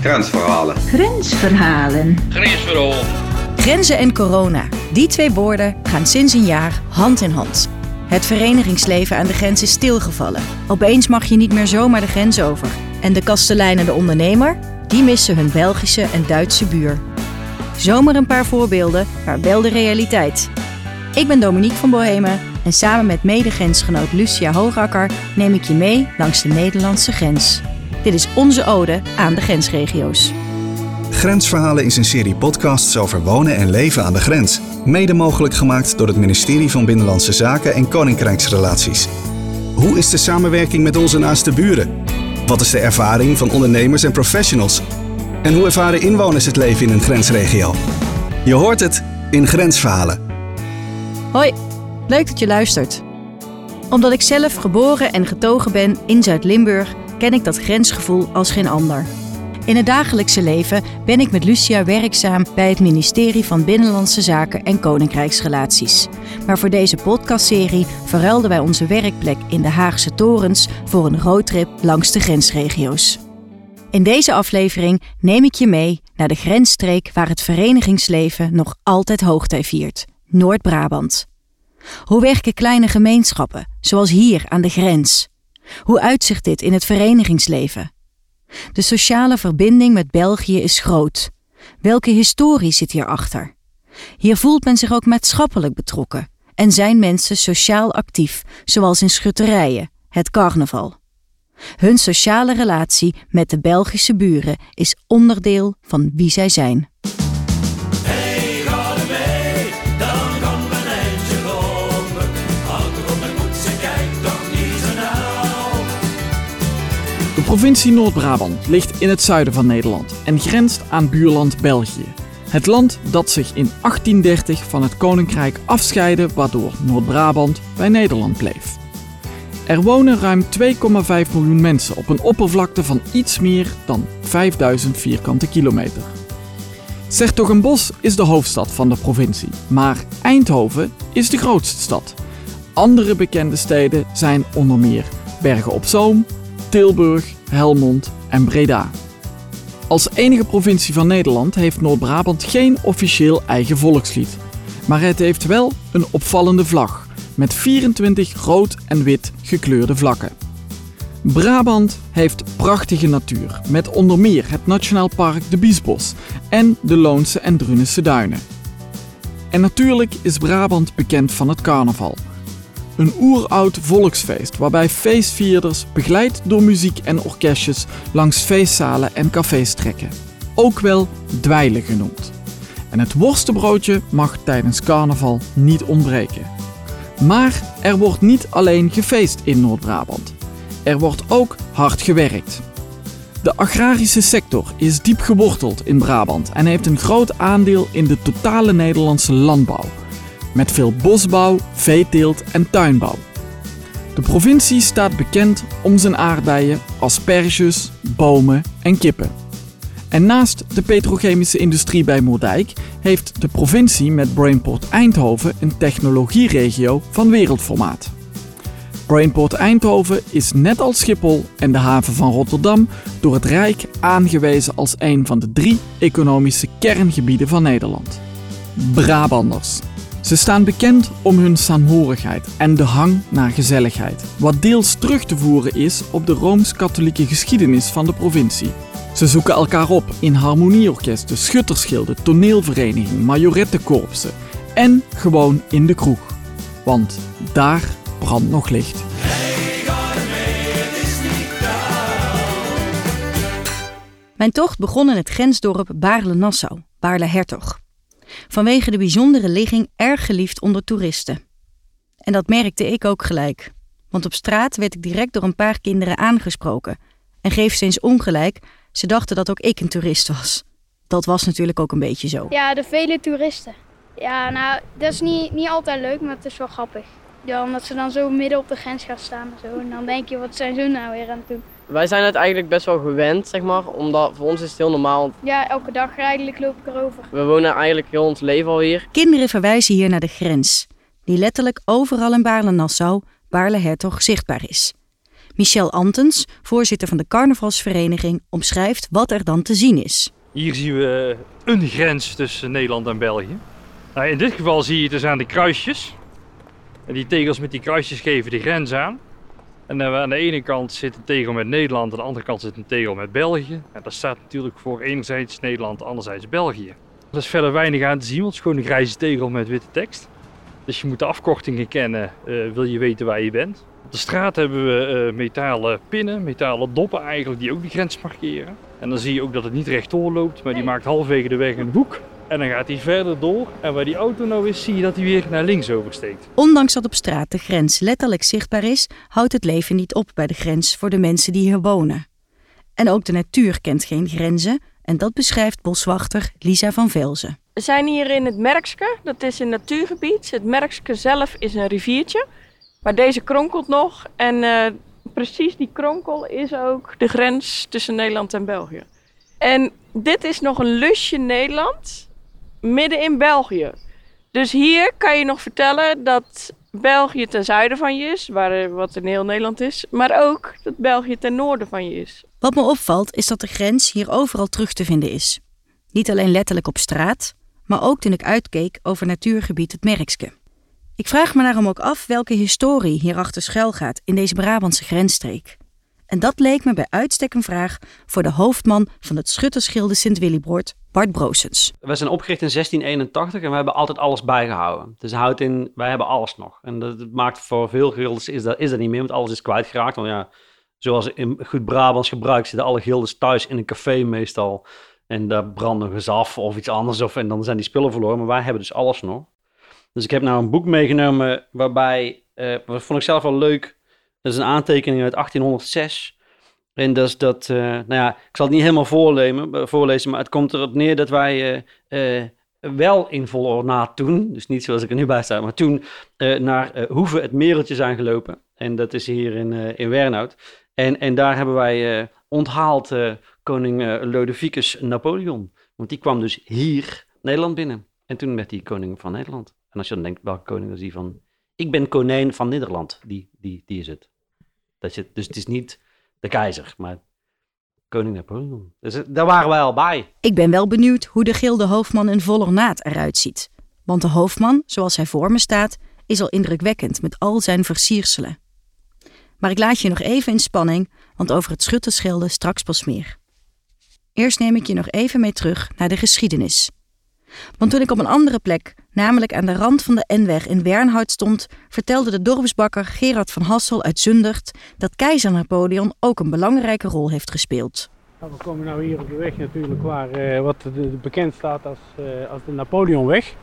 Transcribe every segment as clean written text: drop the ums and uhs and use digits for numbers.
Grensverhalen. Grensverhalen. Grensverhaal. Grenzen en corona. Die twee woorden gaan sinds een jaar hand in hand. Het verenigingsleven aan de grens is stilgevallen. Opeens mag je niet meer zomaar de grens over. En de kastelein en de ondernemer, die missen hun Belgische en Duitse buur. Zomaar een paar voorbeelden, maar wel de realiteit. Ik ben Dominique van Bohemen en samen met medegrensgenoot Lucia Hoogakker neem ik je mee langs de Nederlandse grens. Dit is onze ode aan de grensregio's. Grensverhalen is een serie podcasts over wonen en leven aan de grens. Mede mogelijk gemaakt door het ministerie van Binnenlandse Zaken en Koninkrijksrelaties. Hoe is de samenwerking met onze naaste buren? Wat is de ervaring van ondernemers en professionals? En hoe ervaren inwoners het leven in een grensregio? Je hoort het in Grensverhalen. Hoi, leuk dat je luistert. Omdat ik zelf geboren en getogen ben in Zuid-Limburg, ken ik dat grensgevoel als geen ander. In het dagelijkse leven ben ik met Lucia werkzaam bij het ministerie van Binnenlandse Zaken en Koninkrijksrelaties. Maar voor deze podcastserie verruilden wij onze werkplek in de Haagse torens voor een roadtrip langs de grensregio's. In deze aflevering neem ik je mee naar de grensstreek waar het verenigingsleven nog altijd hoogtij viert, Noord-Brabant. Hoe werken kleine gemeenschappen, zoals hier aan de grens? Hoe uitzicht dit in het verenigingsleven? De sociale verbinding met België is groot. Welke historie zit hierachter? Hier voelt men zich ook maatschappelijk betrokken en zijn mensen sociaal actief, zoals in schutterijen, het carnaval. Hun sociale relatie met de Belgische buren is onderdeel van wie zij zijn. Hey, ga er mee, dan gaan we een eindje lopen. Houd toch op met poetsen, kijk toch niet zo nauw. De provincie Noord-Brabant ligt in het zuiden van Nederland en grenst aan buurland België. Het land dat zich in 1830 van het koninkrijk afscheidde, waardoor Noord-Brabant bij Nederland bleef. Er wonen ruim 2,5 miljoen mensen op een oppervlakte van iets meer dan 5000 vierkante kilometer. 'S-Hertogenbosch is de hoofdstad van de provincie, maar Eindhoven is de grootste stad. Andere bekende steden zijn onder meer Bergen op Zoom, Tilburg, Helmond en Breda. Als enige provincie van Nederland heeft Noord-Brabant geen officieel eigen volkslied. Maar het heeft wel een opvallende vlag, met 24 rood en wit gekleurde vlakken. Brabant heeft prachtige natuur, met onder meer het Nationaal Park de Biesbos en de Loonse en Drunense Duinen. En natuurlijk is Brabant bekend van het carnaval. Een oeroud volksfeest waarbij feestvierders begeleid door muziek en orkestjes langs feestzalen en cafés trekken. Ook wel dweilen genoemd. En het worstenbroodje mag tijdens carnaval niet ontbreken. Maar er wordt niet alleen gefeest in Noord-Brabant. Er wordt ook hard gewerkt. De agrarische sector is diep geworteld in Brabant en heeft een groot aandeel in de totale Nederlandse landbouw. Met veel bosbouw, veeteelt en tuinbouw. De provincie staat bekend om zijn aardbeien, asperges, bomen en kippen. En naast de petrochemische industrie bij Moerdijk heeft de provincie met Brainport Eindhoven een technologieregio van wereldformaat. Brainport Eindhoven is net als Schiphol en de haven van Rotterdam door het Rijk aangewezen als een van de 3 economische kerngebieden van Nederland. Brabanders. Ze staan bekend om hun saamhorigheid en de hang naar gezelligheid, wat deels terug te voeren is op de rooms-katholieke geschiedenis van de provincie. Ze zoeken elkaar op in harmonieorkesten, schuttersgilden, toneelverenigingen, majorettenkorpsen en gewoon in de kroeg. Want daar brandt nog licht. Hey, ga er mee, het is niet koud. Mijn tocht begon in het grensdorp Baarle-Nassau, Baarle-Hertog. Vanwege de bijzondere ligging erg geliefd onder toeristen. En dat merkte ik ook gelijk. Want op straat werd ik direct door een paar kinderen aangesproken. En geef ze eens ongelijk, ze dachten dat ook ik een toerist was. Dat was natuurlijk ook een beetje zo. Ja, de vele toeristen. Ja, nou, dat is niet altijd leuk, maar het is wel grappig. Ja, omdat ze dan zo midden op de grens gaan staan en zo. En dan denk je, wat zijn ze nou weer aan het doen? Wij zijn het eigenlijk best wel gewend, zeg maar, omdat voor ons is het heel normaal. Ja, elke dag eigenlijk loop ik erover. We wonen eigenlijk heel ons leven al hier. Kinderen verwijzen hier naar de grens, die letterlijk overal in Baarle-Nassau, Baarle-Hertog, zichtbaar is. Michel Antens, voorzitter van de carnavalsvereniging, omschrijft wat er dan te zien is. Hier zien we een grens tussen Nederland en België. Nou, in dit geval zie je het dus aan de kruisjes. En die tegels met die kruisjes geven de grens aan. En aan de ene kant zit een tegel met Nederland, aan de andere kant zit een tegel met België. En dat staat natuurlijk voor enerzijds Nederland, anderzijds België. Er is verder weinig aan te zien, want het is gewoon een grijze tegel met witte tekst. Dus je moet de afkortingen kennen, wil je weten waar je bent. Op de straat hebben we metalen pinnen, metalen doppen eigenlijk, die ook de grens markeren. En dan zie je ook dat het niet rechtdoor loopt, maar die maakt halverwege de weg een hoek. En dan gaat hij verder door. En waar die auto nou is, zie je dat hij weer naar links oversteekt. Ondanks dat op straat de grens letterlijk zichtbaar is, houdt het leven niet op bij de grens voor de mensen die hier wonen. En ook de natuur kent geen grenzen. En dat beschrijft boswachter Lisa van Velzen. We zijn hier in het Merkske, dat is een natuurgebied. Het Merkske zelf is een riviertje, maar deze kronkelt nog. En precies die kronkel is ook de grens tussen Nederland en België. En dit is nog een lusje Nederland, midden in België. Dus hier kan je nog vertellen dat België ten zuiden van je is, wat in heel Nederland is. Maar ook dat België ten noorden van je is. Wat me opvalt is dat de grens hier overal terug te vinden is. Niet alleen letterlijk op straat, maar ook toen ik uitkeek over natuurgebied het Merkske. Ik vraag me daarom ook af welke historie hierachter schuil gaat in deze Brabantse grensstreek. En dat leek me bij uitstek een vraag voor de hoofdman van het Schuttersgilde Sint-Willibord, Bart Broosens. We zijn opgericht in 1681 en we hebben altijd alles bijgehouden. Dus houdt in, wij hebben alles nog. En dat maakt voor veel gildes is dat niet meer, want alles is kwijtgeraakt. Want ja, zoals in goed Brabants gebruik zitten alle gildes thuis in een café meestal. En daar branden we ze af of iets anders. En dan zijn die spullen verloren, maar wij hebben dus alles nog. Dus ik heb nou een boek meegenomen waarbij, dat vond ik zelf wel leuk. Dat is een aantekening uit 1806. En dat is dat, ik zal het niet helemaal voorlezen, maar het komt erop neer dat wij wel in vol ornaat toen, dus niet zoals ik er nu bij sta, maar toen naar Hoeve het Mereltje zijn gelopen. En dat is hier in Wernhout. En daar hebben wij onthaald koning Lodovicus Napoleon. Want die kwam dus hier Nederland binnen. En toen werd hij koning van Nederland. En als je dan denkt, welke koning is die van? Ik ben konijn van Nederland. Die is het. Dus het is niet de keizer, maar koning Napoleon. Dus daar waren wij al bij. Ik ben wel benieuwd hoe de gildehoofdman in vol ornaat eruit ziet. Want de hoofdman, zoals hij voor me staat, is al indrukwekkend met al zijn versierselen. Maar ik laat je nog even in spanning, want over het Schuttersgilde straks pas meer. Eerst neem ik je nog even mee terug naar de geschiedenis. Want toen ik op een andere plek, namelijk aan de rand van de N-weg in Wernhout stond, vertelde de dorpsbakker Gerard van Hassel uit Zundert dat keizer Napoleon ook een belangrijke rol heeft gespeeld. Nou, we komen nu hier op de weg natuurlijk waar wat bekend staat als de Napoleonweg.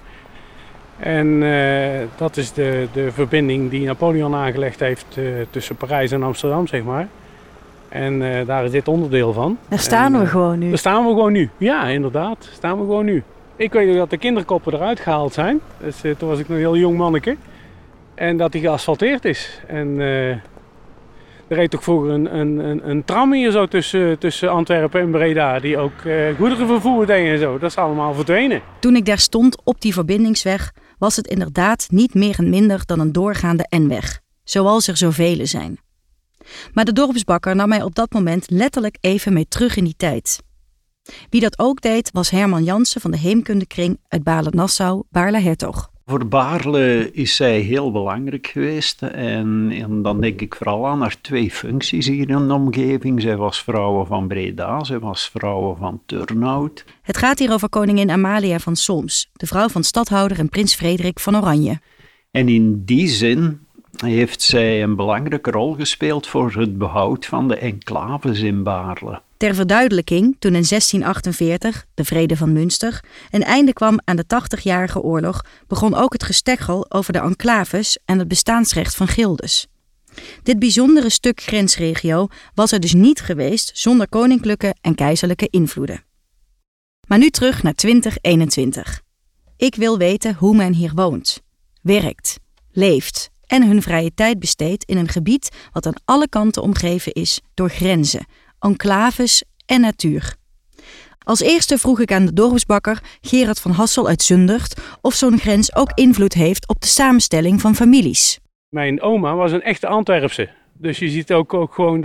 En dat is de verbinding die Napoleon aangelegd heeft tussen Parijs en Amsterdam, zeg maar. En daar is dit onderdeel van. Daar staan we gewoon nu. Daar staan we gewoon nu. Ja, inderdaad. Staan we gewoon nu. Ik weet ook dat de kinderkoppen eruit gehaald zijn. Dus toen was ik nog een heel jong manneke. En dat die geasfalteerd is. En er reed ook vroeger een tram hier zo tussen Antwerpen en Breda. Die ook goederenvervoer deed en zo. Dat is allemaal verdwenen. Toen ik daar stond op die verbindingsweg, was het inderdaad niet meer en minder dan een doorgaande N-weg. Zoals er zoveel zijn. Maar de dorpsbakker nam mij op dat moment letterlijk even mee terug in die tijd. Wie dat ook deed, was Herman Jansen van de Heemkundekring uit Baarle-Nassau, Baarle-Hertog. Voor Baarle is zij heel belangrijk geweest en dan denk ik vooral aan haar twee functies hier in de omgeving. Zij was vrouwe van Breda, zij was vrouwe van Turnhout. Het gaat hier over koningin Amalia van Solms, de vrouw van stadhouder en prins Frederik van Oranje. En in die zin heeft zij een belangrijke rol gespeeld voor het behoud van de enclaves in Baarle. Ter verduidelijking, toen in 1648, de Vrede van Münster, een einde kwam aan de 80-jarige oorlog, begon ook het gesteggel over de enclaves en het bestaansrecht van gildes. Dit bijzondere stuk grensregio was er dus niet geweest zonder koninklijke en keizerlijke invloeden. Maar nu terug naar 2021. Ik wil weten hoe men hier woont, werkt, leeft en hun vrije tijd besteedt in een gebied wat aan alle kanten omgeven is door grenzen, enclaves en natuur. Als eerste vroeg ik aan de dorpsbakker Gerard van Hassel uit Zundert of zo'n grens ook invloed heeft op de samenstelling van families. Mijn oma was een echte Antwerpse. Dus je ziet ook gewoon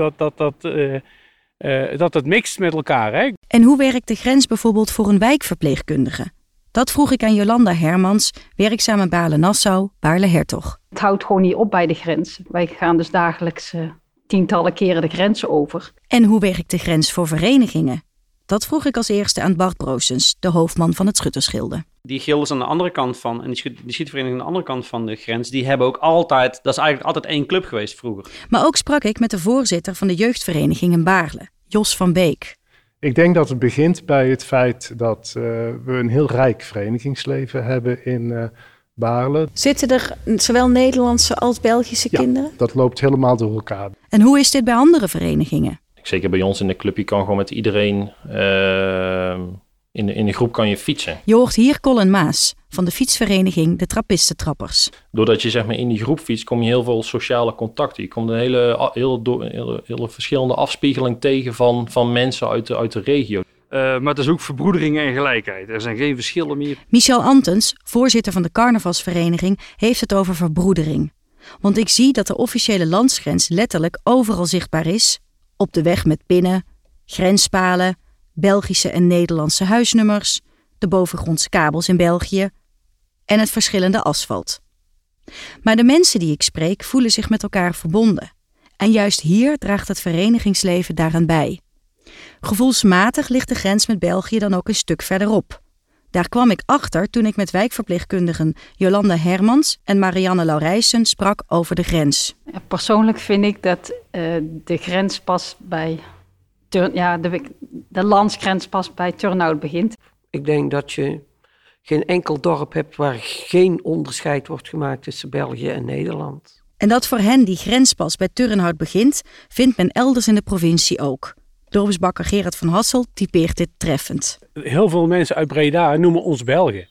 dat het mixt met elkaar. Hè? En hoe werkt de grens bijvoorbeeld voor een wijkverpleegkundige? Dat vroeg ik aan Jolanda Hermans, werkzaam in Baarle-Nassau, Baarle-Hertog. Het houdt gewoon niet op bij de grens. Wij gaan dus dagelijks tientallen keren de grenzen over. En hoe werkt de grens voor verenigingen? Dat vroeg ik als eerste aan Bart Broosens, de hoofdman van het Schuttersgilde. Die gildes aan de andere kant van, en die schietverenigingen aan de andere kant van de grens, die hebben ook altijd, dat is eigenlijk altijd één club geweest vroeger. Maar ook sprak ik met de voorzitter van de jeugdvereniging in Baarle, Jos van Beek. Ik denk dat het begint bij het feit dat we een heel rijk verenigingsleven hebben in Baarle. Zitten er zowel Nederlandse als Belgische kinderen? Dat loopt helemaal door elkaar. En hoe is dit bij andere verenigingen? Zeker bij ons in de club, je kan gewoon met iedereen in de groep kan je fietsen. Je hoort hier Colin Maas van de fietsvereniging De Trappistentrappers. Doordat je zeg maar in die groep fietst, kom je heel veel sociale contacten. Je komt een hele verschillende afspiegeling tegen van mensen uit de regio. Maar het is ook verbroedering en gelijkheid. Er zijn geen verschillen meer. Michel Antens, voorzitter van de carnavalsvereniging, heeft het over verbroedering. Want ik zie dat de officiële landsgrens letterlijk overal zichtbaar is. Op de weg met pinnen, grenspalen, Belgische en Nederlandse huisnummers, de bovengrondse kabels in België en het verschillende asfalt. Maar de mensen die ik spreek voelen zich met elkaar verbonden. En juist hier draagt het verenigingsleven daaraan bij. Gevoelsmatig ligt de grens met België dan ook een stuk verderop. Daar kwam ik achter toen ik met wijkverpleegkundigen Jolanda Hermans en Marianne Laurijsen sprak over de grens. Persoonlijk vind ik dat de grens pas bij de landsgrens pas bij Turnhout begint. Ik denk dat je geen enkel dorp hebt waar geen onderscheid wordt gemaakt tussen België en Nederland. En dat voor hen die grens pas bij Turnhout begint, vindt men elders in de provincie ook. Dorpsbakker Gerard van Hassel typeert dit treffend. Heel veel mensen uit Breda noemen ons Belgen.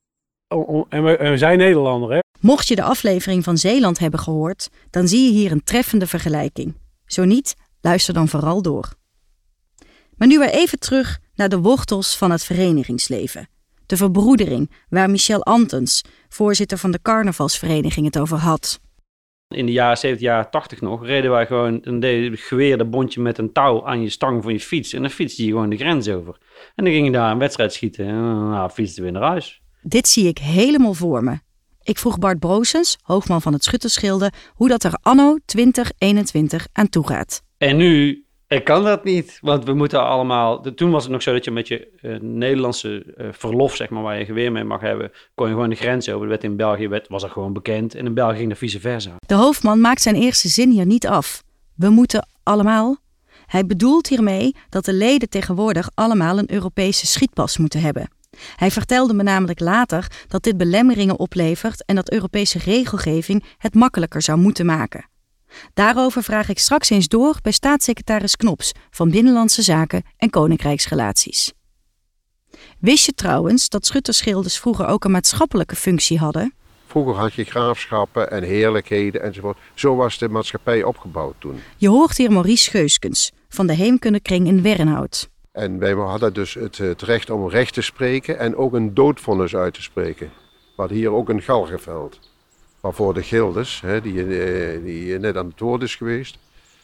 En we zijn Nederlander, hè? Mocht je de aflevering van Zeeland hebben gehoord, dan zie je hier een treffende vergelijking. Zo niet, luister dan vooral door. Maar nu weer even terug naar de wortels van het verenigingsleven. De verbroedering, waar Michel Antens, voorzitter van de carnavalsvereniging, het over had. In de jaren 70, jaren 80 nog, reden wij gewoon een geweerde bondje met een touw aan je stang van je fiets. En dan fietste je gewoon de grens over. En dan ging je daar een wedstrijd schieten en dan fietste weer naar huis. Dit zie ik helemaal voor me. Ik vroeg Bart Broosens, hoofdman van het Schuttersgilde, hoe dat er anno 2021 aan toe gaat. En nu kan dat niet, want we moeten allemaal... Toen was het nog zo dat je met je Nederlandse verlof, zeg maar, waar je geweer mee mag hebben, kon je gewoon de grens over. De wet in België was er gewoon bekend en in België ging dat vice versa. De hoofdman maakt zijn eerste zin hier niet af. We moeten allemaal. Hij bedoelt hiermee dat de leden tegenwoordig allemaal een Europese schietpas moeten hebben. Hij vertelde me namelijk later dat dit belemmeringen oplevert en dat Europese regelgeving het makkelijker zou moeten maken. Daarover vraag ik straks eens door bij staatssecretaris Knops van Binnenlandse Zaken en Koninkrijksrelaties. Wist je trouwens dat schuttersgildes vroeger ook een maatschappelijke functie hadden? Vroeger had je graafschappen en heerlijkheden enzovoort. Zo was de maatschappij opgebouwd toen. Je hoort hier Maurice Geuskens van de Heemkundekring in Wernhout. En wij hadden dus het recht om recht te spreken en ook een doodvonnis uit te spreken. We hadden hier ook een galgenveld. Waarvoor de gildes, die net aan het woord is geweest,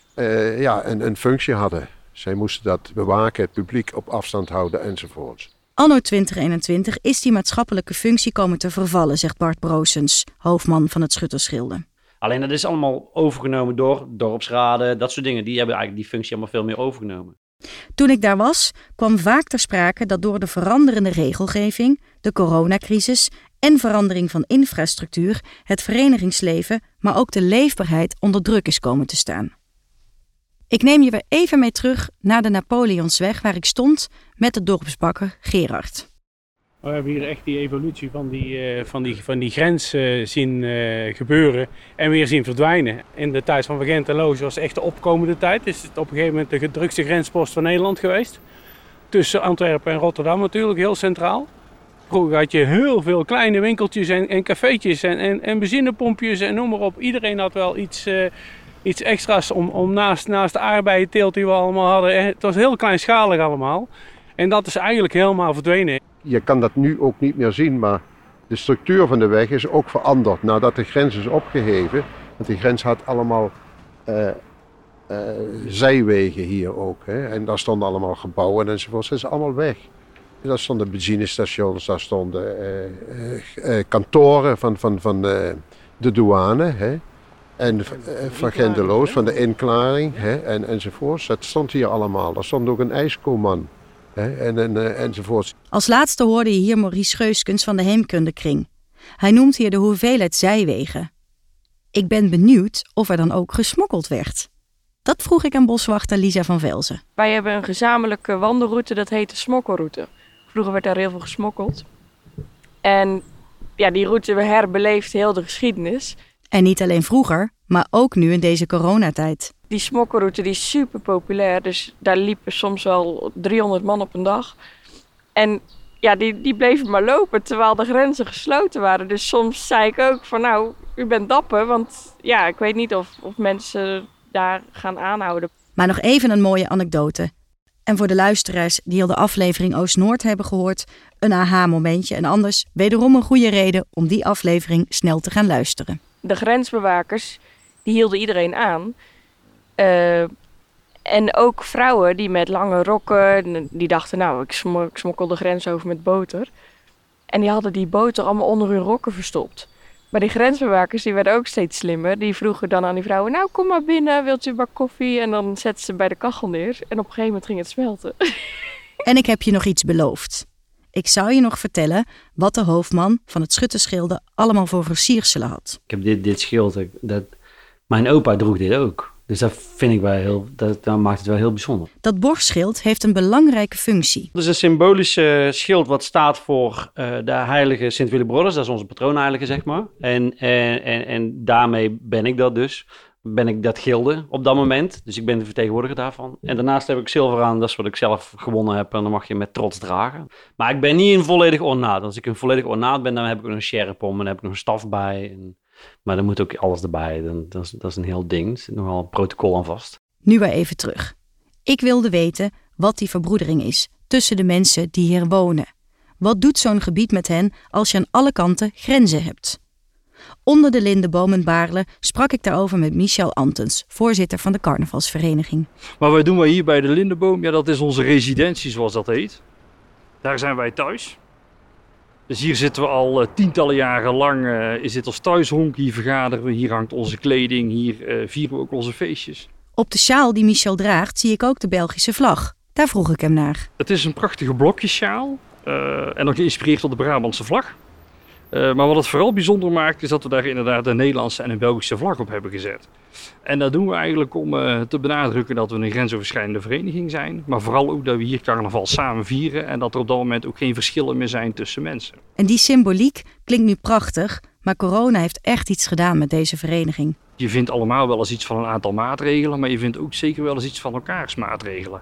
een functie hadden. Zij moesten dat bewaken, het publiek op afstand houden enzovoort. Anno 2021 is die maatschappelijke functie komen te vervallen, zegt Bart Broosens, hoofdman van het Schuttersgilde. Alleen dat is allemaal overgenomen door dorpsraden, dat soort dingen. Die hebben eigenlijk die functie allemaal veel meer overgenomen. Toen ik daar was, kwam vaak ter sprake dat door de veranderende regelgeving, de coronacrisis en verandering van infrastructuur het verenigingsleven, maar ook de leefbaarheid onder druk is komen te staan. Ik neem je weer even mee terug naar de Napoleonsweg waar ik stond met de dorpsbakker Gerard. We hebben hier echt die evolutie van die grens zien gebeuren en weer zien verdwijnen. In de tijd van Gent en Loos was het echt de opkomende tijd. Is het op een gegeven moment de drukste grenspost van Nederland geweest. Tussen Antwerpen en Rotterdam natuurlijk, heel centraal. Vroeger had je heel veel kleine winkeltjes en cafeetjes en benzinepompjes en noem maar op. Iedereen had wel iets extra's om naast de aardbeienteelt die we allemaal hadden. Het was heel kleinschalig allemaal. En dat is eigenlijk helemaal verdwenen. Je kan dat nu ook niet meer zien, maar de structuur van de weg is ook veranderd nadat de grens is opgeheven. Want die grens had allemaal zijwegen hier ook. Hè. En daar stonden allemaal gebouwen enzovoort. Dat is allemaal weg. En daar stonden benzinestations, daar stonden kantoren van de douane. Hè. En van Genteloos, van de inklaring enzovoort. Dat stond hier allemaal. Daar stond ook een ijskoman enzovoort. Als laatste hoorde je hier Maurice Geuskens van de Heemkundekring. Hij noemt hier de hoeveelheid zijwegen. Ik ben benieuwd of er dan ook gesmokkeld werd. Dat vroeg ik aan boswachter Lisa van Velzen. Wij hebben een gezamenlijke wandelroute, dat heet de smokkelroute. Vroeger werd daar heel veel gesmokkeld. En ja, die route herbeleeft heel de geschiedenis. En niet alleen vroeger, maar ook nu in deze coronatijd. Die smokkelroute die is super populair, dus daar liepen soms wel 300 man op een dag. En ja, die bleven maar lopen terwijl de grenzen gesloten waren. Dus soms zei ik ook van nou, u bent dapper, want ja, ik weet niet of mensen daar gaan aanhouden. Maar nog even een mooie anekdote. En voor de luisteraars die al de aflevering Oost-Noord hebben gehoord, een aha-momentje en anders wederom een goede reden om die aflevering snel te gaan luisteren. De grensbewakers, die hielden iedereen aan. En ook vrouwen die met lange rokken, die dachten nou, ik smokkel de grens over met boter. En die hadden die boter allemaal onder hun rokken verstopt. Maar die grensbewakers die werden ook steeds slimmer. Die vroegen dan aan die vrouwen, nou kom maar binnen, wilt u een bak koffie? En dan zetten ze bij de kachel neer en op een gegeven moment ging het smelten. En ik heb je nog iets beloofd. Ik zou je nog vertellen wat de hoofdman van het Schuttersgilde allemaal voor versierselen had. Ik heb dit schild, mijn opa droeg dit ook. Dus dat vind ik wel dat maakt het wel heel bijzonder. Dat borstschild heeft een belangrijke functie. Het is een symbolisch schild wat staat voor de heilige Sint Willibrordus. Dat is onze patroonheilige, zeg maar. En daarmee ben ik dat dus. Ben ik dat gilde op dat moment. Dus ik ben de vertegenwoordiger daarvan. En daarnaast heb ik zilver aan. Dat is wat ik zelf gewonnen heb. En dan mag je met trots dragen. Maar ik ben niet een volledig ornaat. Als ik een volledig ornaat ben, dan heb ik ook een sjerp om. En dan heb ik nog een staf bij. Maar dan moet ook alles erbij. Dat is een heel ding. Er zit nogal een protocol aan vast. Nu weer even terug. Ik wilde weten wat die verbroedering is tussen de mensen die hier wonen. Wat doet zo'n gebied met hen als je aan alle kanten grenzen hebt? Onder de lindenboom in Baarle sprak ik daarover met Michel Antens, voorzitter van de carnavalsvereniging. Maar wat doen wij hier bij de lindenboom? Ja, dat is onze residentie, zoals dat heet. Daar zijn wij thuis. Dus hier zitten we al tientallen jaren lang, is dit ons thuishonk. Hier vergaderen we, hier hangt onze kleding, hier vieren we ook onze feestjes. Op de sjaal die Michel draagt zie ik ook de Belgische vlag. Daar vroeg ik hem naar. Het is een prachtige blokjessjaal en dan geïnspireerd op de Brabantse vlag. Maar wat het vooral bijzonder maakt is dat we daar inderdaad een Nederlandse en een Belgische vlag op hebben gezet. En dat doen we eigenlijk om te benadrukken dat we een grensoverschrijdende vereniging zijn. Maar vooral ook dat we hier carnaval samen vieren en dat er op dat moment ook geen verschillen meer zijn tussen mensen. En die symboliek klinkt nu prachtig, maar corona heeft echt iets gedaan met deze vereniging. Je vindt allemaal wel eens iets van een aantal maatregelen, maar je vindt ook zeker wel eens iets van elkaars maatregelen.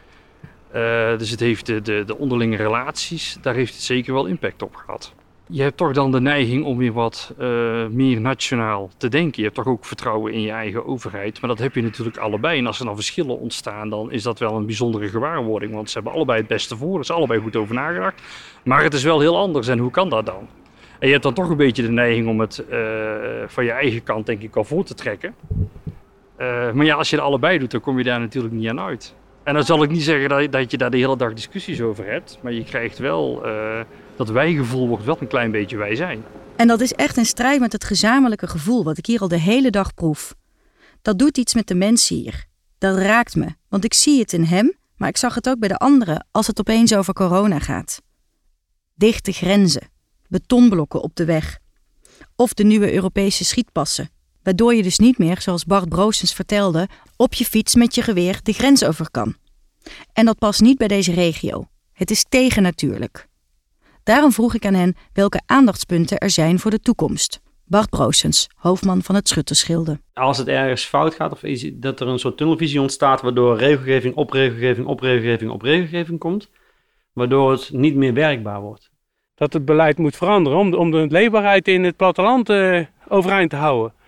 Dus het heeft de onderlinge relaties, daar heeft het zeker wel impact op gehad. Je hebt toch dan de neiging om weer wat meer nationaal te denken. Je hebt toch ook vertrouwen in je eigen overheid. Maar dat heb je natuurlijk allebei. En als er dan verschillen ontstaan, dan is dat wel een bijzondere gewaarwording. Want ze hebben allebei het beste voor. Er is allebei goed over nagedacht. Maar het is wel heel anders. En hoe kan dat dan? En je hebt dan toch een beetje de neiging om het van je eigen kant, denk ik, al voor te trekken. Maar ja, als je het allebei doet, dan kom je daar natuurlijk niet aan uit. En dan zal ik niet zeggen dat je daar de hele dag discussies over hebt. Maar je krijgt wel... dat wijgevoel wordt wel een klein beetje wij zijn. En dat is echt in strijd met het gezamenlijke gevoel wat ik hier al de hele dag proef. Dat doet iets met de mensen hier. Dat raakt me, want ik zie het in hem, maar ik zag het ook bij de anderen als het opeens over corona gaat. Dichte grenzen, betonblokken op de weg. Of de nieuwe Europese schietpassen, waardoor je dus niet meer, zoals Bart Broosens vertelde, op je fiets met je geweer de grens over kan. En dat past niet bij deze regio. Het is tegennatuurlijk. Daarom vroeg ik aan hen welke aandachtspunten er zijn voor de toekomst. Bart Broosens, hoofdman van het Schuttersgilde. Als het ergens fout gaat of dat er een soort tunnelvisie ontstaat waardoor regelgeving op regelgeving op regelgeving op regelgeving komt, waardoor het niet meer werkbaar wordt. Dat het beleid moet veranderen om de leefbaarheid in het platteland overeind te houden.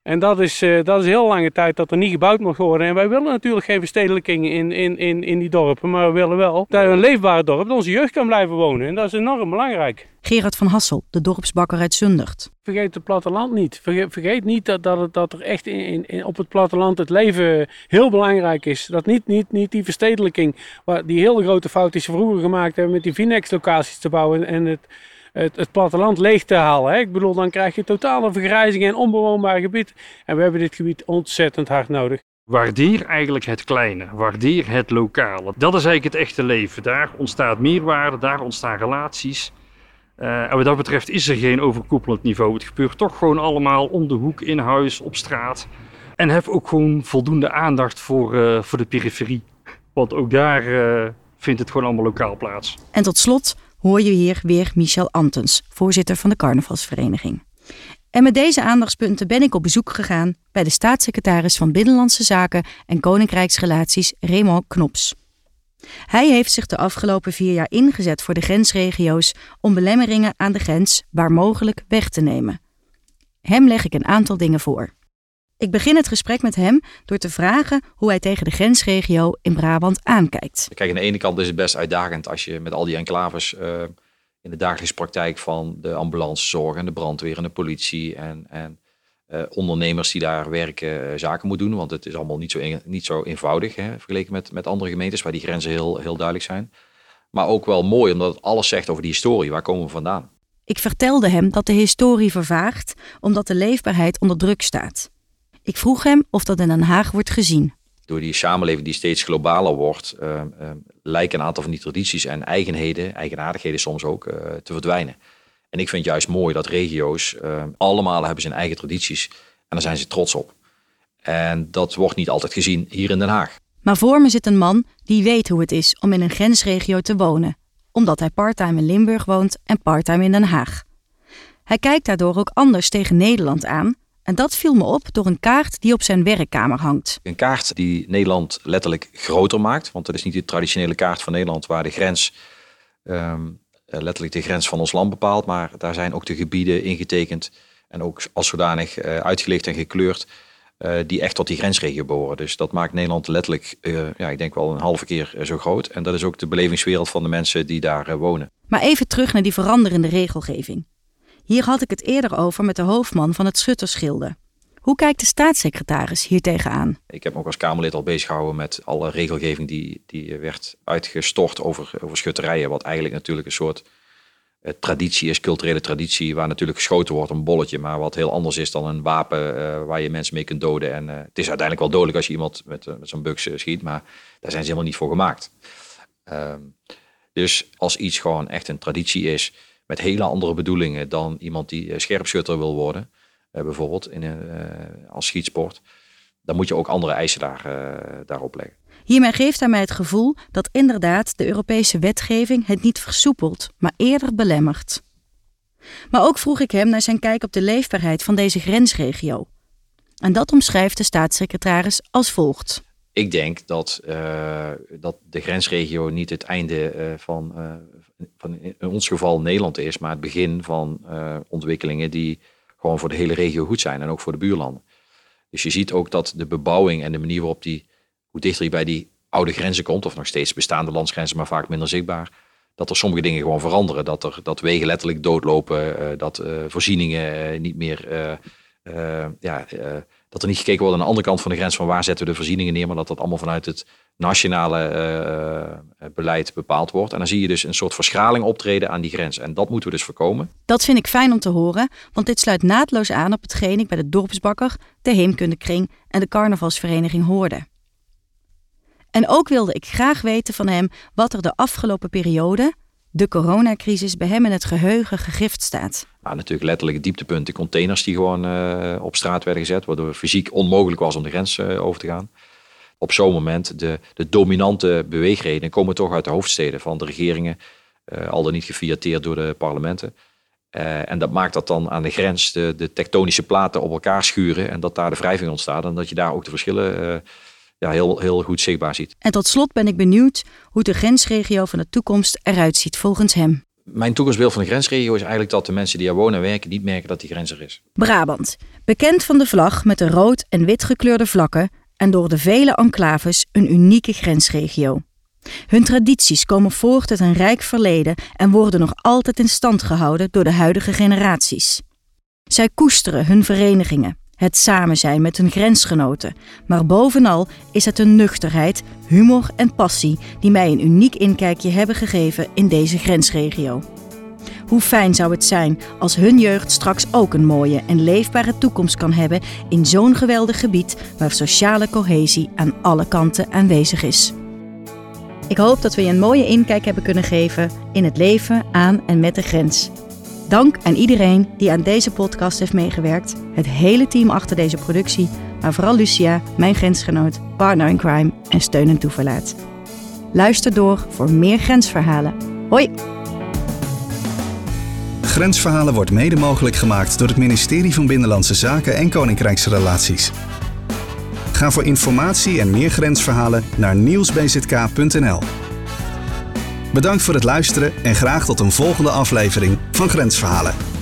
En dat is heel lange tijd dat er niet gebouwd mag worden. En wij willen natuurlijk geen verstedelijking in die dorpen. Maar we willen wel dat een leefbaar dorp, dat onze jeugd kan blijven wonen. En dat is enorm belangrijk. Gerard van Hassel, de dorpsbakker uit Zundert. Vergeet het platteland niet. Vergeet niet dat er echt op het platteland het leven heel belangrijk is. Dat niet die verstedelijking, die hele grote fout die ze vroeger gemaakt hebben met die Vinex-locaties te bouwen en het platteland leeg te halen. Hè. Ik bedoel, dan krijg je totale vergrijzing en onbewoonbaar gebied. En we hebben dit gebied ontzettend hard nodig. Waardeer eigenlijk het kleine, waardeer het lokale. Dat is eigenlijk het echte leven. Daar ontstaat meerwaarde, daar ontstaan relaties. En wat dat betreft is er geen overkoepelend niveau. Het gebeurt toch gewoon allemaal om de hoek, in huis, op straat. En heb ook gewoon voldoende aandacht voor de periferie. Want ook daar vindt het gewoon allemaal lokaal plaats. En tot slot hoor je hier weer Michel Antens, voorzitter van de carnavalsvereniging. En met deze aandachtspunten ben ik op bezoek gegaan bij de staatssecretaris van Binnenlandse Zaken en Koninkrijksrelaties, Raymond Knops. Hij heeft zich de afgelopen 4 jaar ingezet voor de grensregio's om belemmeringen aan de grens waar mogelijk weg te nemen. Hem leg ik een aantal dingen voor. Ik begin het gesprek met hem door te vragen hoe hij tegen de grensregio in Brabant aankijkt. Kijk, aan de ene kant is het best uitdagend als je met al die enclaves in de dagelijkse praktijk van de ambulancezorg en de brandweer en de politie en ondernemers die daar werken zaken moet doen. Want het is allemaal niet zo eenvoudig vergeleken met andere gemeentes waar die grenzen heel, heel duidelijk zijn. Maar ook wel mooi omdat het alles zegt over die historie. Waar komen we vandaan? Ik vertelde hem dat de historie vervaagt omdat de leefbaarheid onder druk staat. Ik vroeg hem of dat in Den Haag wordt gezien. Door die samenleving die steeds globaler wordt, lijken een aantal van die tradities en eigenaardigheden soms ook, te verdwijnen. En ik vind het juist mooi dat regio's allemaal hebben zijn eigen tradities en daar zijn ze trots op. En dat wordt niet altijd gezien hier in Den Haag. Maar voor me zit een man die weet hoe het is om in een grensregio te wonen, omdat hij parttime in Limburg woont en parttime in Den Haag. Hij kijkt daardoor ook anders tegen Nederland aan. En dat viel me op door een kaart die op zijn werkkamer hangt. Een kaart die Nederland letterlijk groter maakt. Want dat is niet de traditionele kaart van Nederland waar de grens, letterlijk de grens van ons land bepaalt. Maar daar zijn ook de gebieden ingetekend en ook als zodanig uitgelicht en gekleurd die echt tot die grensregio behoren. Dus dat maakt Nederland letterlijk, ik denk wel een halve keer zo groot. En dat is ook de belevingswereld van de mensen die daar wonen. Maar even terug naar die veranderende regelgeving. Hier had ik het eerder over met de hoofdman van het Schuttersgilde. Hoe kijkt de staatssecretaris hier tegenaan? Ik heb me ook als Kamerlid al bezig gehouden met alle regelgeving die werd uitgestort over schutterijen. Wat eigenlijk natuurlijk een soort traditie is, culturele traditie, waar natuurlijk geschoten wordt een bolletje. Maar wat heel anders is dan een wapen waar je mensen mee kunt doden. En het is uiteindelijk wel dodelijk als je iemand met zo'n buks schiet, maar daar zijn ze helemaal niet voor gemaakt. Dus als iets gewoon echt een traditie is, met hele andere bedoelingen dan iemand die scherpschutter wil worden, bijvoorbeeld als schietsport, dan moet je ook andere eisen daarop leggen. Hiermee geeft hij mij het gevoel dat inderdaad de Europese wetgeving het niet versoepelt, maar eerder belemmert. Maar ook vroeg ik hem naar zijn kijk op de leefbaarheid van deze grensregio. En dat omschrijft de staatssecretaris als volgt. Ik denk dat de grensregio niet het einde van in ons geval Nederland is, maar het begin van ontwikkelingen die gewoon voor de hele regio goed zijn en ook voor de buurlanden. Dus je ziet ook dat de bebouwing en de manier waarop hoe dichter je bij die oude grenzen komt, of nog steeds bestaande landsgrenzen, maar vaak minder zichtbaar, dat er sommige dingen gewoon veranderen. Dat wegen letterlijk doodlopen, dat voorzieningen niet meer, dat er niet gekeken wordt aan de andere kant van de grens van waar zetten we de voorzieningen neer, maar dat allemaal vanuit het nationale beleid bepaald wordt. En dan zie je dus een soort verschraling optreden aan die grens. En dat moeten we dus voorkomen. Dat vind ik fijn om te horen, want dit sluit naadloos aan op hetgeen ik bij de dorpsbakker, de heemkundekring en de carnavalsvereniging hoorde. En ook wilde ik graag weten van hem wat er de afgelopen periode, de coronacrisis, bij hem in het geheugen gegrift staat. Nou, natuurlijk letterlijk het dieptepunt, de containers die gewoon op straat werden gezet, waardoor het fysiek onmogelijk was om de grens over te gaan. Op zo'n moment, de dominante beweegredenen komen toch uit de hoofdsteden van de regeringen, al dan niet gefiateerd door de parlementen. En dat maakt dat dan aan de grens de tektonische platen op elkaar schuren en dat daar de wrijving ontstaat en dat je daar ook de verschillen heel, heel goed zichtbaar ziet. En tot slot ben ik benieuwd hoe de grensregio van de toekomst eruit ziet volgens hem. Mijn toekomstbeeld van de grensregio is eigenlijk dat de mensen die er wonen en werken niet merken dat die grens er is. Brabant, bekend van de vlag met de rood en wit gekleurde vlakken en door de vele enclaves een unieke grensregio. Hun tradities komen voort uit een rijk verleden en worden nog altijd in stand gehouden door de huidige generaties. Zij koesteren hun verenigingen, het samen zijn met hun grensgenoten, maar bovenal is het een nuchterheid, humor en passie die mij een uniek inkijkje hebben gegeven in deze grensregio. Hoe fijn zou het zijn als hun jeugd straks ook een mooie en leefbare toekomst kan hebben in zo'n geweldig gebied waar sociale cohesie aan alle kanten aanwezig is. Ik hoop dat we je een mooie inkijk hebben kunnen geven in het leven aan en met de grens. Dank aan iedereen die aan deze podcast heeft meegewerkt, het hele team achter deze productie, maar vooral Lucia, mijn grensgenoot, partner in crime en steun en toeverlaat. Luister door voor meer grensverhalen. Hoi! Grensverhalen wordt mede mogelijk gemaakt door het ministerie van Binnenlandse Zaken en Koninkrijksrelaties. Ga voor informatie en meer grensverhalen naar nieuwsbzk.nl. Bedankt voor het luisteren en graag tot een volgende aflevering van Grensverhalen.